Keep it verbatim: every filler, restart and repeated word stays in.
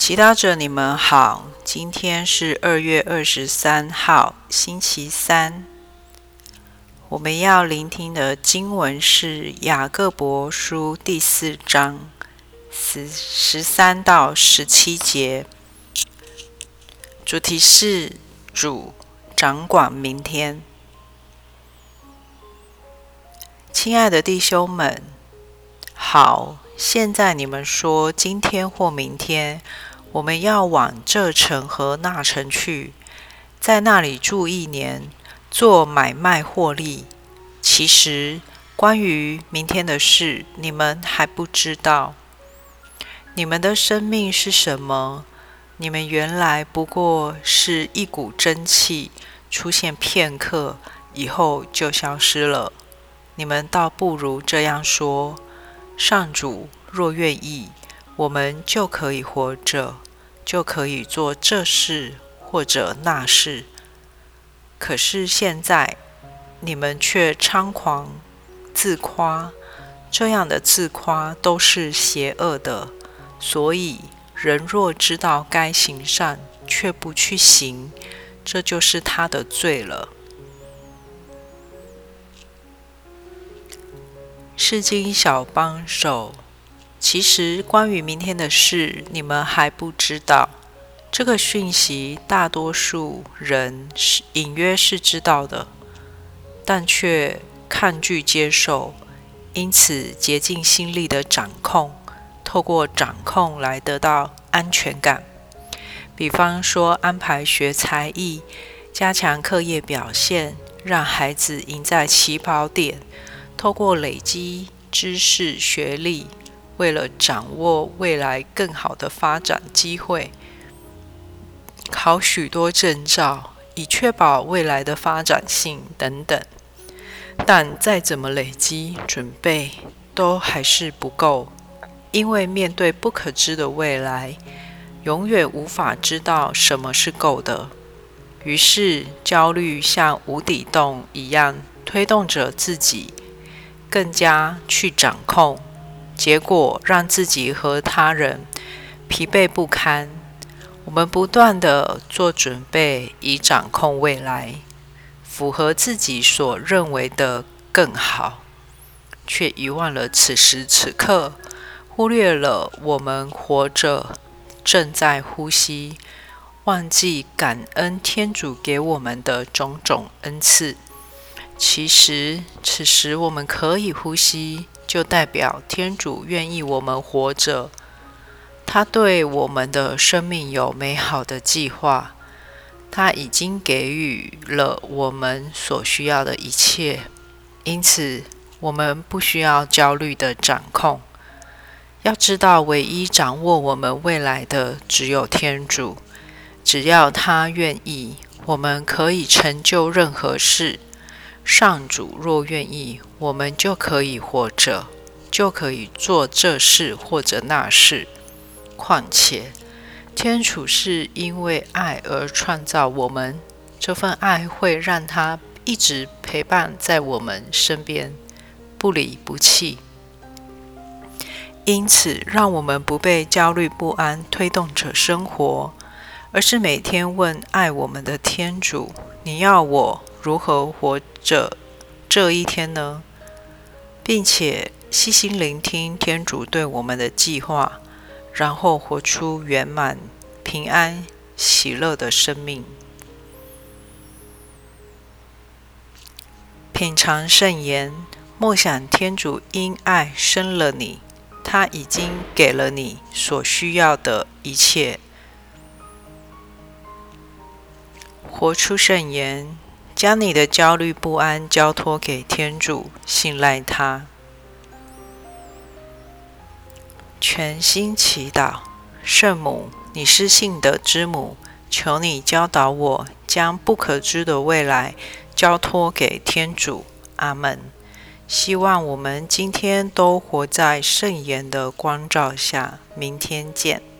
祈祷者你们好，今天是二月二十三号，星期三。我们要聆听的经文是雅各伯书第四章十三到十七节，主题是主掌管明天。亲爱的弟兄们，好，现在你们说今天或明天，我们要往这城和那城去，在那里住一年，做买卖获利。其实关于明天的事，你们还不知道。你们的生命是什么？你们原来不过是一股真气，出现片刻，以后就消失了。你们倒不如这样说：上主若愿意，我们就可以活着，就可以做这事或者那事。可是现在，你们却猖狂自夸，这样的自夸都是邪恶的。所以，人若知道该行善，却不去行，这就是他的罪了。释经小帮手，其实关于明天的事，你们还不知道。这个讯息，大多数人隐约是知道的，但却抗拒接受，因此竭尽心力的掌控，透过掌控来得到安全感。比方说，安排学才艺，加强课业表现，让孩子赢在起跑点。透过累积知识学历，为了掌握未来更好的发展机会，考许多证照，以确保未来的发展性等等。但再怎么累积准备，都还是不够，因为面对不可知的未来，永远无法知道什么是够的。于是焦虑像无底洞一样推动着自己更加去掌控，结果让自己和他人疲惫不堪。我们不断地做准备，以掌控未来，符合自己所认为的更好，却遗忘了此时此刻，忽略了我们活着，正在呼吸，忘记感恩天主给我们的种种恩赐。其实，此时我们可以呼吸，就代表天主愿意我们活着。他对我们的生命有美好的计划，他已经给予了我们所需要的一切，因此我们不需要焦虑的掌控。要知道，唯一掌握我们未来的只有天主，只要他愿意，我们可以成就任何事。上主若愿意，我们就可以活着，就可以做这事或者那事。况且，天主是因为爱而创造我们，这份爱会让他一直陪伴在我们身边，不离不弃。因此，让我们不被焦虑不安推动着生活，而是每天问爱我们的天主：你要我如何活着这一天呢？并且细心聆听天主对我们的计划，然后活出圆满、平安、喜乐的生命。品尝圣言，默想天主因爱生了你，他已经给了你所需要的一切。活出圣言，将你的焦虑不安交托给天主，信赖他。全心祈祷，圣母，你是信德之母，求你教导我，将不可知的未来交托给天主。阿们。希望我们今天都活在圣言的光照下，明天见。